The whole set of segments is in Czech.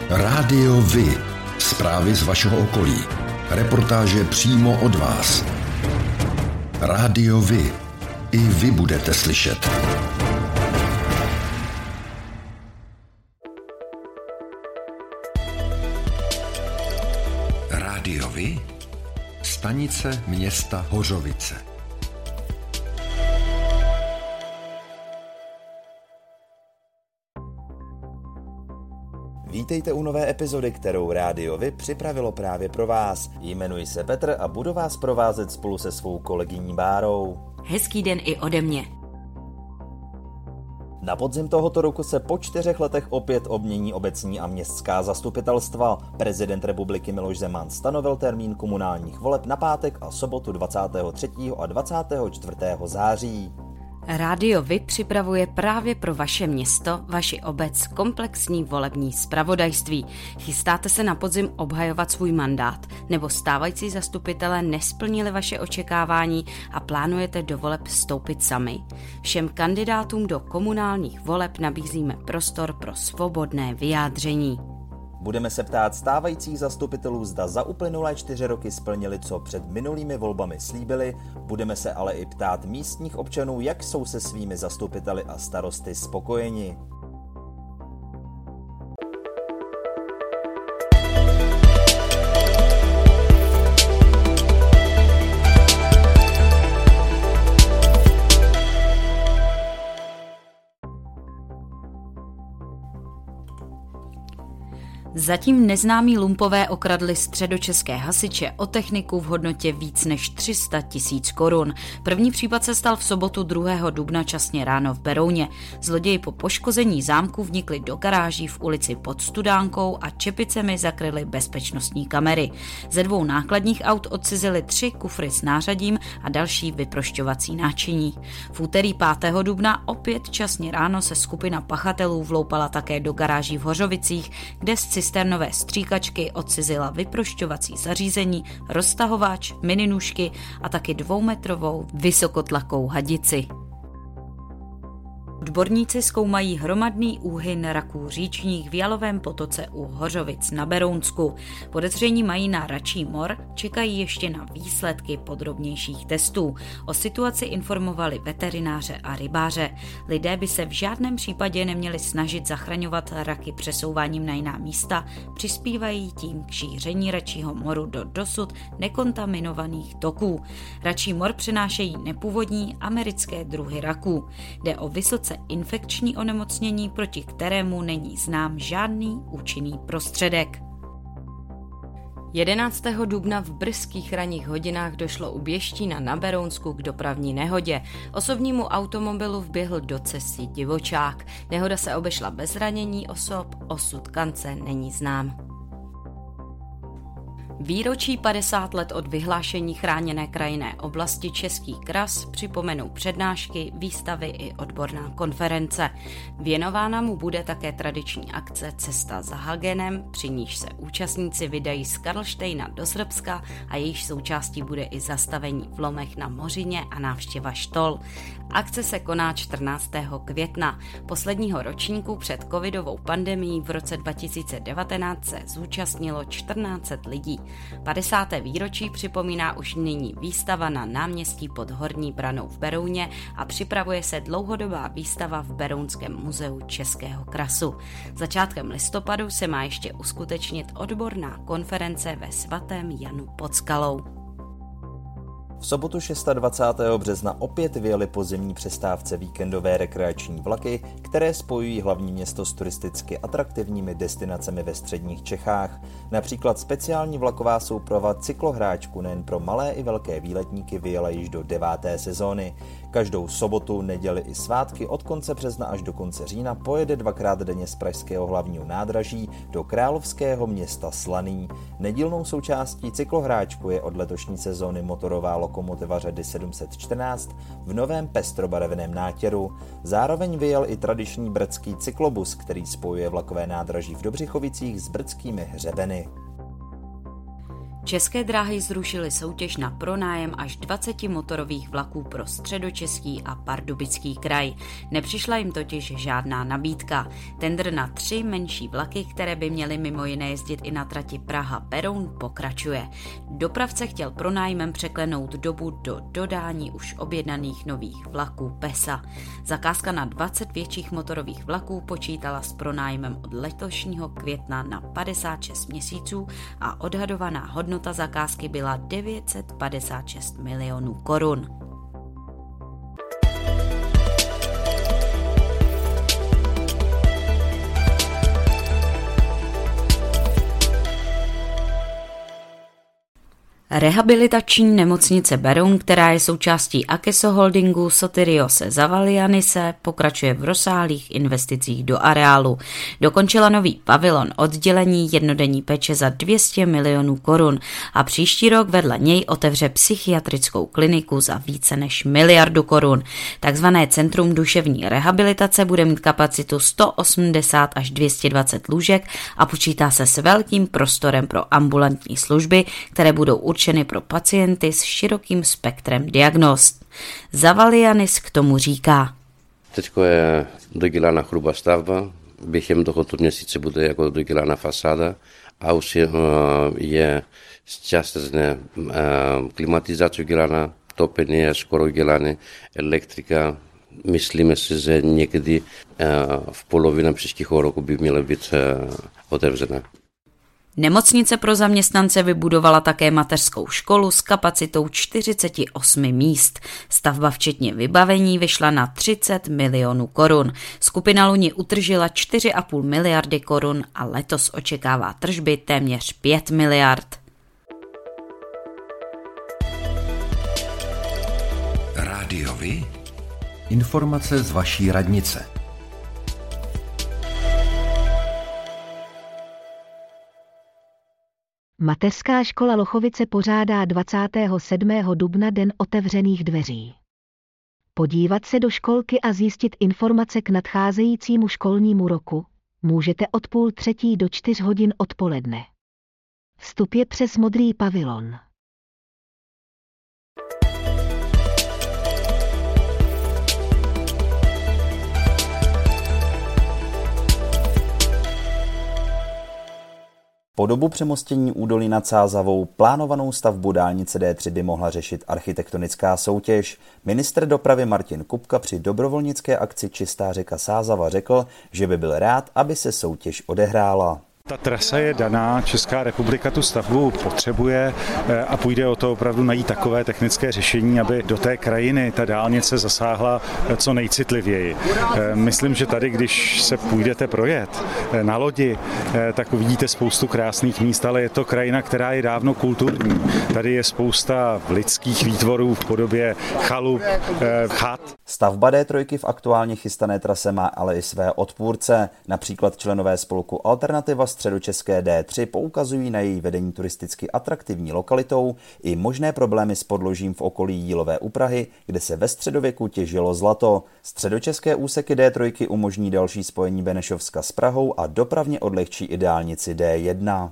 Rádio Vy. Zprávy z vašeho okolí. Reportáže přímo od vás. Rádio Vy. I vy budete slyšet. Rádio Vy. Stanice města Hořovice. Vítejte u nové epizody, kterou Rádio Vy připravilo právě pro vás. Jmenuji se Petr a budu vás provázet spolu se svou kolegyní Bárou. Hezký den i ode mě. Na podzim tohoto roku se po 4 letech opět obmění obecní a městská zastupitelstva. Prezident republiky Miloš Zeman stanovil termín komunálních voleb na pátek a sobotu 23. a 24. září. Rádio Vy připravuje právě pro vaše město, vaši obec komplexní volební zpravodajství. Chystáte se na podzim obhajovat svůj mandát, nebo stávající zastupitelé nesplnili vaše očekávání a plánujete do voleb vstoupit sami? Všem kandidátům do komunálních voleb nabízíme prostor pro svobodné vyjádření. Budeme se ptát stávajících zastupitelů, zda za uplynulé 4 roky splnili, co před minulými volbami slíbili. Budeme se ale i ptát místních občanů, jak jsou se svými zastupiteli a starosty spokojeni. Zatím neznámí lumpové okradli středočeské hasiče o techniku v hodnotě víc než 300 000 korun. První případ se stal v sobotu 2. dubna časně ráno v Berouně. Zloději po poškození zámku vnikli do garáží v ulici Pod Studánkou a čepicemi zakryli bezpečnostní kamery. Ze 2 nákladních aut odcizili 3 kufry s nářadím a další vyprošťovací náčiní. V úterý 5. dubna opět časně ráno se skupina pachatelů vloupala také do garáží v Hořovicích, kde z cisternové stříkačky odcizila vyprošťovací zařízení, roztahovač, mininůžky a taky 2metrovou vysokotlakou hadici. Odborníci zkoumají hromadný úhyn raků říčních v Jalovém potoce u Hořovic na Berounsku. Podezření mají na račí mor, čekají ještě na výsledky podrobnějších testů. O situaci informovali veterináře a rybáře. Lidé by se v žádném případě neměli snažit zachraňovat raky přesouváním na jiná místa, přispívají tím k šíření račího moru do dosud nekontaminovaných toků. Račí mor přenášejí nepůvodní americké druhy raků. Jde o vysoce infekční onemocnění, proti kterému není znám žádný účinný prostředek. 11. dubna v brzkých ranních hodinách došlo u Běštína na Berounsku k dopravní nehodě. Osobnímu automobilu vběhl do cesty divočák. Nehoda se obešla bez zranění osob, osud kance není znám. Výročí 50 let od vyhlášení chráněné krajinné oblasti Český kras připomenou přednášky, výstavy i odborná konference. Věnována mu bude také tradiční akce Cesta za Hagenem, při níž se účastníci vydají z Karlštejna do Srbska a jejíž součástí bude i zastavení v Lomech na Mořině a návštěva štol. Akce se koná 14. května. Posledního ročníku před covidovou pandemií v roce 2019 se zúčastnilo 1400 lidí. 50. výročí připomíná už nyní výstava na náměstí pod Horní branou v Berouně a připravuje se dlouhodobá výstava v Berounském muzeu Českého krasu. Začátkem listopadu se má ještě uskutečnit odborná konference ve Svatém Janu pod Skalou. V sobotu 26. března opět vyjeli po zimní přestávce víkendové rekreační vlaky, které spojují hlavní město s turisticky atraktivními destinacemi ve středních Čechách. Například speciální vlaková souprava cyklohráčku nejen pro malé i velké výletníky vyjela již do 9. sezóny. Každou sobotu, neděli i svátky od konce března až do konce října pojede 2krát denně z pražského hlavního nádraží do královského města Slaný. Nedílnou součástí cyklohráčku je od letošní sezóny motorová lokomotiva řady 714 v novém pestrobarevném nátěru. Zároveň vyjel i tradiční brdský cyklobus, který spojuje vlakové nádraží v Dobřichovicích s brdskými hřebeny. České dráhy zrušily soutěž na pronájem až 20 motorových vlaků pro Středočeský a Pardubický kraj. Nepřišla jim totiž žádná nabídka. Tendr na 3 menší vlaky, které by měly mimo jiné jezdit i na trati Praha-Beroun, pokračuje. Dopravce chtěl pronájmem překlenout dobu do dodání už objednaných nových vlaků PESA. Zakázka na 20 větších motorových vlaků počítala s pronájmem od letošního května na 56 měsíců a odhadovaná hodnota zakázky byla 956 milionů korun. Rehabilitační nemocnice Beroun, která je součástí Akeso Holdingu Sotiriose Zavalianise, pokračuje v rozsáhlých investicích do areálu. Dokončila nový pavilon oddělení jednodenní péče za 200 milionů korun a příští rok vedle něj otevře psychiatrickou kliniku za více než 1 miliardu korun. Takzvané Centrum duševní rehabilitace bude mít kapacitu 180 až 220 lůžek a počítá se s velkým prostorem pro ambulantní služby, které budou určeny pro pacienty s širokým spektrem diagnóz. Zavalianis k tomu říká. Teď je dodělána hrubá stavba, během tohoto měsíce bude jako dodělána fasáda a už je částečně klimatizace udělána, topení je skoro udělané, elektrika. Myslíme si, že někdy v polovině příštího roku by měla být otevřena. Nemocnice pro zaměstnance vybudovala také mateřskou školu s kapacitou 48 míst. Stavba včetně vybavení vyšla na 30 milionů korun. Skupina loni utržila 4,5 miliardy korun a letos očekává tržby téměř 5 miliard. Rádio Vy. Informace z vaší radnice. Mateřská škola Lochovice pořádá 27. dubna Den otevřených dveří. Podívat se do školky a zjistit informace k nadcházejícímu školnímu roku můžete od 2:30 do 4 hodin odpoledne. Vstup je přes modrý pavilon. Po dobu přemostění údolí nad Sázavou plánovanou stavbu dálnice D3 by mohla řešit architektonická soutěž. Ministr dopravy Martin Kupka při dobrovolnické akci Čistá řeka Sázava řekl, že by byl rád, aby se soutěž odehrála. Ta trasa je daná, Česká republika tu stavbu potřebuje a půjde o to opravdu najít takové technické řešení, aby do té krajiny ta dálnice zasáhla co nejcitlivěji. Myslím, že tady, když se půjdete projet na lodi, tak uvidíte spoustu krásných míst, ale je to krajina, která je dávno kulturní. Tady je spousta lidských výtvorů v podobě chalup, chat. Stavba D3 v aktuálně chystané trase má ale i své odpůrce. Například členové spolku Alternativa Středočeské D3 poukazují na její vedení turisticky atraktivní lokalitou i možné problémy s podložím v okolí Jílové u Prahy, kde se ve středověku těžilo zlato. Středočeské úseky D3 umožní další spojení Benešovska s Prahou a dopravně odlehčí i dálnici D1.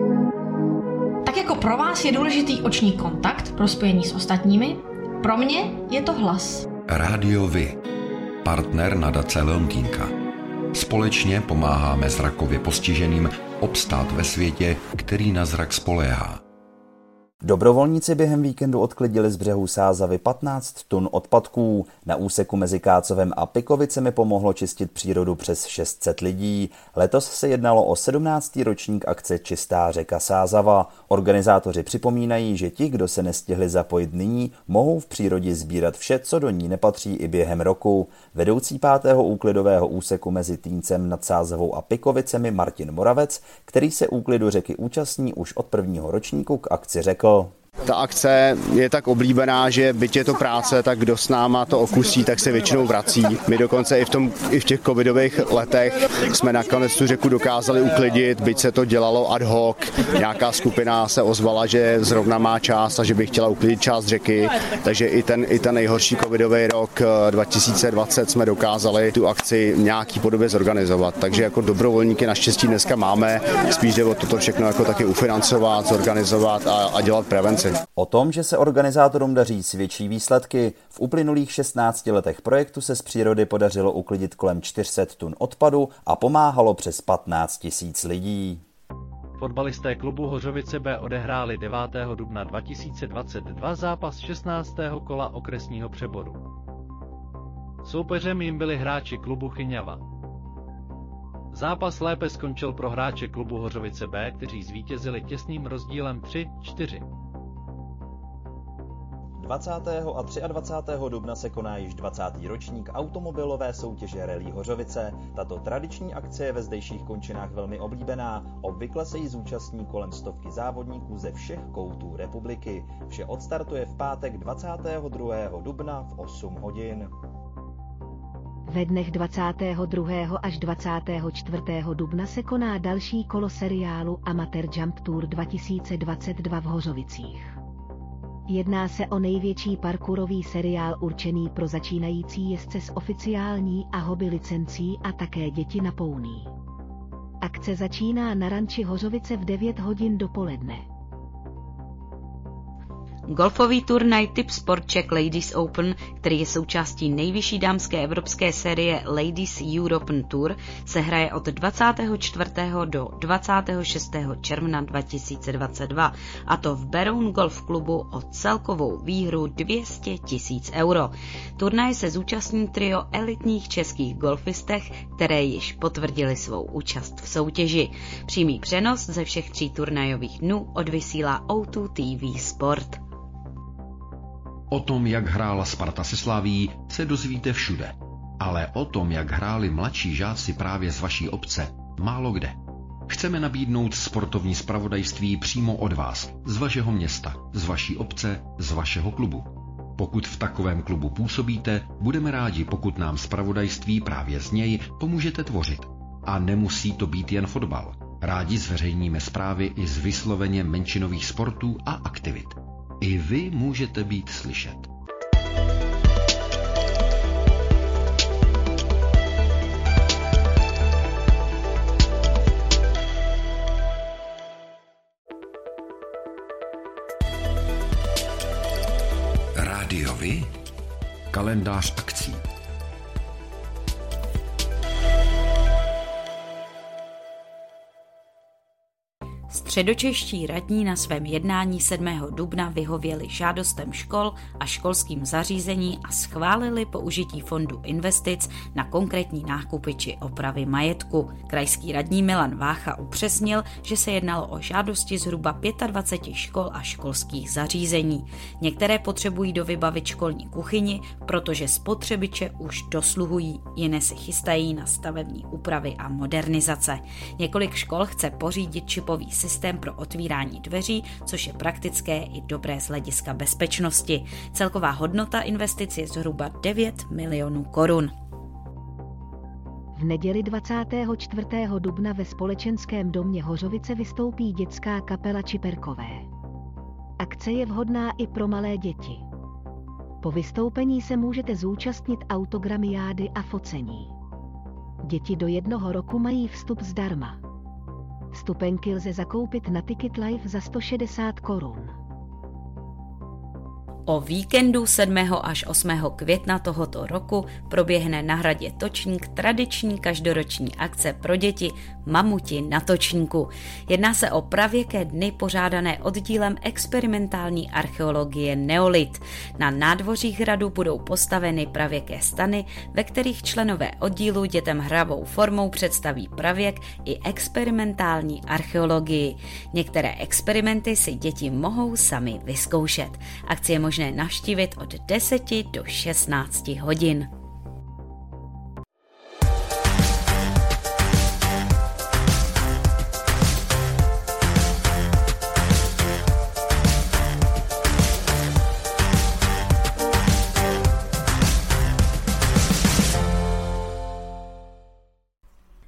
Tak jako pro vás je důležitý oční kontakt pro spojení s ostatními, pro mě je to hlas. Rádio Vy. Partner nadace Leontýnka. Společně pomáháme zrakově postiženým obstát ve světě, který na zrak spoléhá. Dobrovolníci během víkendu odklidili z břehu Sázavy 15 tun odpadků. Na úseku mezi Kácovem a Pikovicemi pomohlo čistit přírodu přes 600 lidí. Letos se jednalo o 17. ročník akce Čistá řeka Sázava. Organizátoři připomínají, že ti, kdo se nestihli zapojit nyní, mohou v přírodě sbírat vše, co do ní nepatří i během roku. Vedoucí 5. úklidového úseku mezi Týncem nad Sázavou a Pikovicemi Martin Moravec, který se úklidu řeky účastní už od prvního ročníku, k akci řekl. Ta akce je tak oblíbená, že byť je to práce, tak kdo s náma to okusí, tak se většinou vrací. My dokonce i v těch covidových letech jsme nakonec tu řeku dokázali uklidit, byť se to dělalo ad hoc. Nějaká skupina se ozvala, že zrovna má čas a že by chtěla uklidit část řeky, takže i ten nejhorší covidový rok 2020 jsme dokázali tu akci v nějaký podobě zorganizovat. Takže jako dobrovolníky naštěstí dneska máme, spíš jde o toto všechno jako taky ufinancovat, zorganizovat a dělat prevenci. O tom, že se organizátorům daří, svědčí výsledky. V uplynulých 16 letech projektu se z přírody podařilo uklidit kolem 400 tun odpadu a pomáhalo přes 15 000 lidí. Fotbalisté klubu Hořovice B odehráli 9. dubna 2022 zápas 16. kola okresního přeboru. Soupeřem jim byli hráči klubu Chyňava. Zápas lépe skončil pro hráče klubu Hořovice B, kteří zvítězili těsným rozdílem 3-4. 20. a 23. dubna se koná již 20. ročník automobilové soutěže Rally Hořovice. Tato tradiční akce je ve zdejších končinách velmi oblíbená. Obvykle se jí zúčastní kolem 100 závodníků ze všech koutů republiky. Vše odstartuje v pátek 22. dubna v 8 hodin. Ve dnech 22. až 24. dubna se koná další kolo seriálu Amateur Jump Tour 2022 v Hořovicích. Jedná se o největší parkourový seriál určený pro začínající jezdce s oficiální a hobby licencí a také děti na pouní. Akce začíná na ranči Hořovice v 9 hodin dopoledne. Golfový turnaj Tip Sport Czech Ladies Open, který je součástí nejvyšší dámské evropské série Ladies European Tour, se hraje od 24. do 26. června 2022, a to v Beroun Golf klubu o celkovou výhru 200 000 euro. Turnaje se zúčastní trio elitních českých golfistech, které již potvrdili svou účast v soutěži. Přímý přenos ze všech 3 turnajových dnů odvysílá O2 TV Sport. O tom, jak hrála Sparta se Slavií, se dozvíte všude. Ale o tom, jak hráli mladší žáci právě z vaší obce, málo kde. Chceme nabídnout sportovní zpravodajství přímo od vás, z vašeho města, z vaší obce, z vašeho klubu. Pokud v takovém klubu působíte, budeme rádi, pokud nám zpravodajství právě z něj pomůžete tvořit. A nemusí to být jen fotbal. Rádi zveřejníme zprávy i z vysloveně menšinových sportů a aktivit. I vy můžete být slyšet. Rádio Vy, kalendář akcí. Středočeští radní na svém jednání 7. dubna vyhověli žádostem škol a školským zařízení a schválili použití fondu investic na konkrétní nákupy či opravy majetku. Krajský radní Milan Vácha upřesnil, že se jednalo o žádosti zhruba 25 škol a školských zařízení. Některé potřebují dovybavit školní kuchyni, protože spotřebiče už dosluhují, jiné si chystají na stavební úpravy a modernizace. Několik škol chce pořídit čipový systém pro otvírání dveří, což je praktické i dobré z hlediska bezpečnosti. Celková hodnota investic je zhruba 9 milionů korun. V neděli 24. dubna ve Společenském domě Hořovice vystoupí dětská kapela Čiperkové. Akce je vhodná i pro malé děti. Po vystoupení se můžete zúčastnit autogramiády a focení. Děti do 1 roku mají vstup zdarma. Vstupenky lze zakoupit na Ticket Live za 160 korun. O víkendu 7. až 8. května tohoto roku proběhne na hradě Točník tradiční každoroční akce pro děti Mamuti na Točníku. Jedná se o pravěké dny pořádané oddílem experimentální archeologie Neolit. Na nádvořích hradu budou postaveny pravěké stany, ve kterých členové oddílu dětem hravou formou představí pravěk i experimentální archeologii. Některé experimenty si děti mohou sami vyzkoušet. Akci je možné navštívit od 10 do 16 hodin.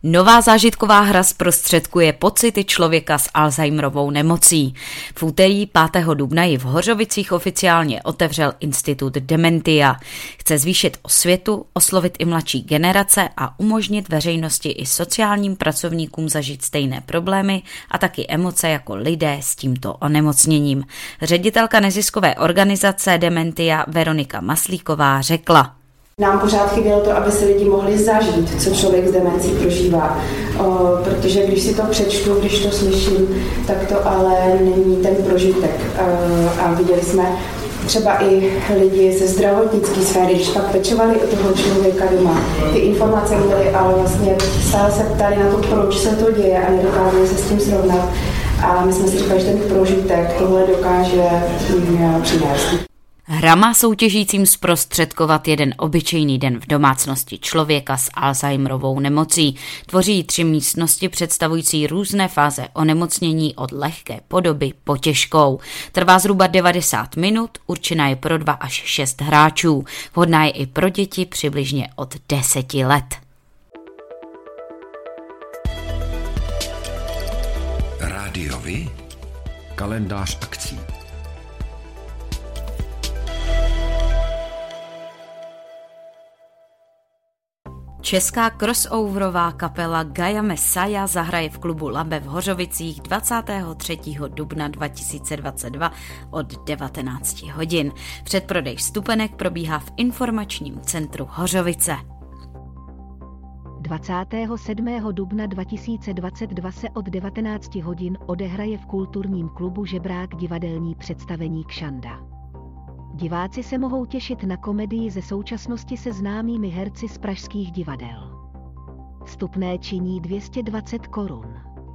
Nová zážitková hra zprostředkuje pocity člověka s Alzheimerovou nemocí. V úterý 5. dubna ji v Hořovicích oficiálně otevřel institut Dementia. Chce zvýšit osvětu, oslovit i mladší generace a umožnit veřejnosti i sociálním pracovníkům zažít stejné problémy a taky emoce jako lidé s tímto onemocněním. Ředitelka neziskové organizace Dementia Veronika Maslíková řekla: Nám pořád chybělo to, aby si lidi mohli zažít, co člověk s demencí prožívá. Protože když si to přečtu, když to slyším, tak to ale není ten prožitek. A viděli jsme třeba i lidi ze zdravotnické sféry, když pak pečovali o toho člověka doma. Ty informace měli, ale vlastně stále se ptali na to, proč se to děje a nedokázali se s tím srovnat. A my jsme si říkali, že ten prožitek tohle dokáže přinést. Hra má soutěžícím zprostředkovat jeden obyčejný den v domácnosti člověka s Alzheimerovou nemocí. Tvoří 3 místnosti představující různé fáze onemocnění od lehké podoby po těžkou. Trvá zhruba 90 minut, určená je pro 2 až 6 hráčů. Vhodná je i pro děti přibližně od 10 let. Rádiovi? Kalendář akcí. Česká crossoverová kapela Gaia Messiah zahraje v klubu Labe v Hořovicích 23. dubna 2022 od 19 hodin. Předprodej vstupenek probíhá v informačním centru Hořovice. 27. dubna 2022 se od 19 hodin odehraje v kulturním klubu Žebrák divadelní představení Kšanda. Diváci se mohou těšit na komedii ze současnosti se známými herci z pražských divadel. Vstupné činí 220 korun.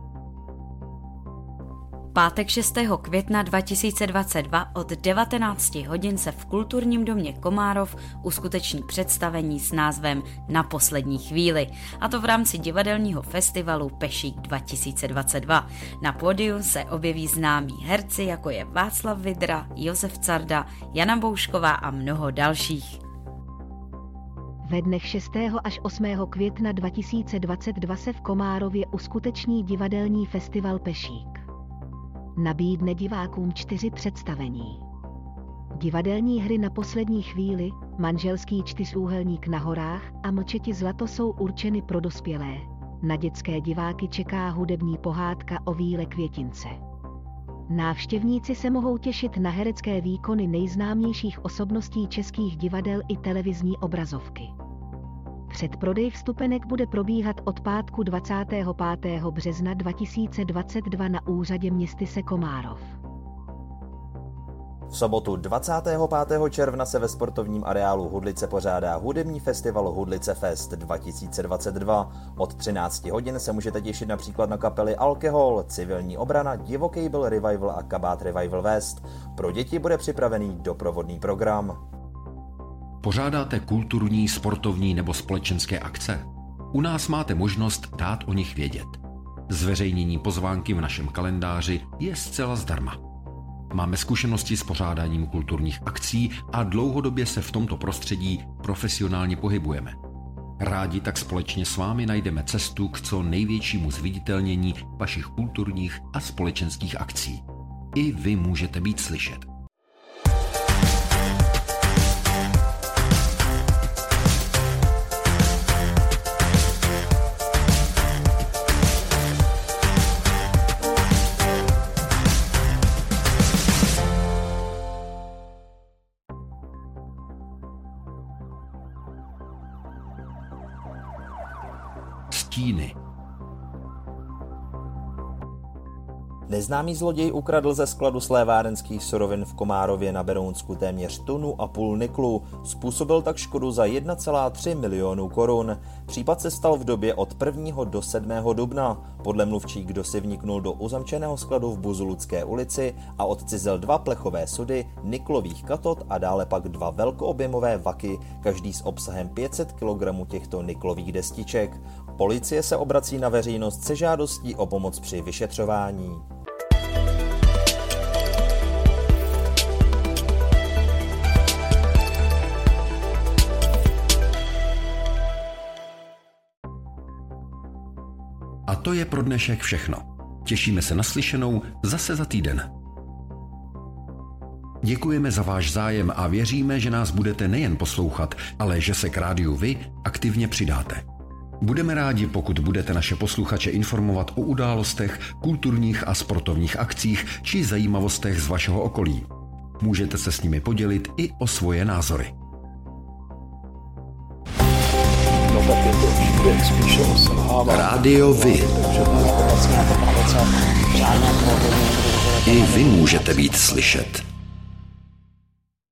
Pátek 6. května 2022 od 19 hodin se v kulturním domě Komárov uskuteční představení s názvem Na poslední chvíli, a to v rámci divadelního festivalu Pešík 2022. Na pódiu se objeví známí herci, jako je Václav Vidra, Josef Carda, Jana Boušková a mnoho dalších. Ve dnech 6. až 8. května 2022 se v Komárově uskuteční divadelní festival Pešík. Nabídne divákům 4 představení. Divadelní hry Na poslední chvíli, Manželský 4úhelník na horách a Mlčeti zlato jsou určeny pro dospělé. Na dětské diváky čeká hudební pohádka o Víle Květince. Návštěvníci se mohou těšit na herecké výkony nejznámějších osobností českých divadel i televizní obrazovky. Předprodej vstupenek bude probíhat od pátku 25. března 2022 na úřadě městyse Komárov. V sobotu 25. června se ve sportovním areálu Hudlice pořádá hudební festival Hudlice Fest 2022. Od 13 hodin se můžete těšit například na kapely Alkohol, Civilní obrana, Divokejbl Revival a Kabát Revival West. Pro děti bude připravený doprovodný program. Pořádáte kulturní, sportovní nebo společenské akce? U nás máte možnost dát o nich vědět. Zveřejnění pozvánky v našem kalendáři je zcela zdarma. Máme zkušenosti s pořádáním kulturních akcí a dlouhodobě se v tomto prostředí profesionálně pohybujeme. Rádi tak společně s vámi najdeme cestu k co největšímu zviditelnění vašich kulturních a společenských akcí. I vy můžete být slyšet. Stíny. Neznámý zloděj ukradl ze skladu slévárenských surovin v Komárově na Berounsku téměř 1,5 tuny niklu. Způsobil tak škodu za 1,3 milionu korun. Případ se stal v době od 1. do 7. dubna. Podle mluvčí kdosi vniknul do uzamčeného skladu v Buzulucké ulici a odcizil 2 plechové sudy, niklových katod a dále pak 2 velkoobjemové vaky, každý s obsahem 500 kg těchto niklových destiček. Policie se obrací na veřejnost se žádostí o pomoc při vyšetřování. A to je pro dnešek všechno. Těšíme se na slyšenou zase za týden. Děkujeme za váš zájem a věříme, že nás budete nejen poslouchat, ale že se k rádiu vy aktivně přidáte. Budeme rádi, pokud budete naše posluchače informovat o událostech, kulturních a sportovních akcích či zajímavostech z vašeho okolí. Můžete se s nimi podělit i o svoje názory. Rádio Vy. I vy můžete být slyšet.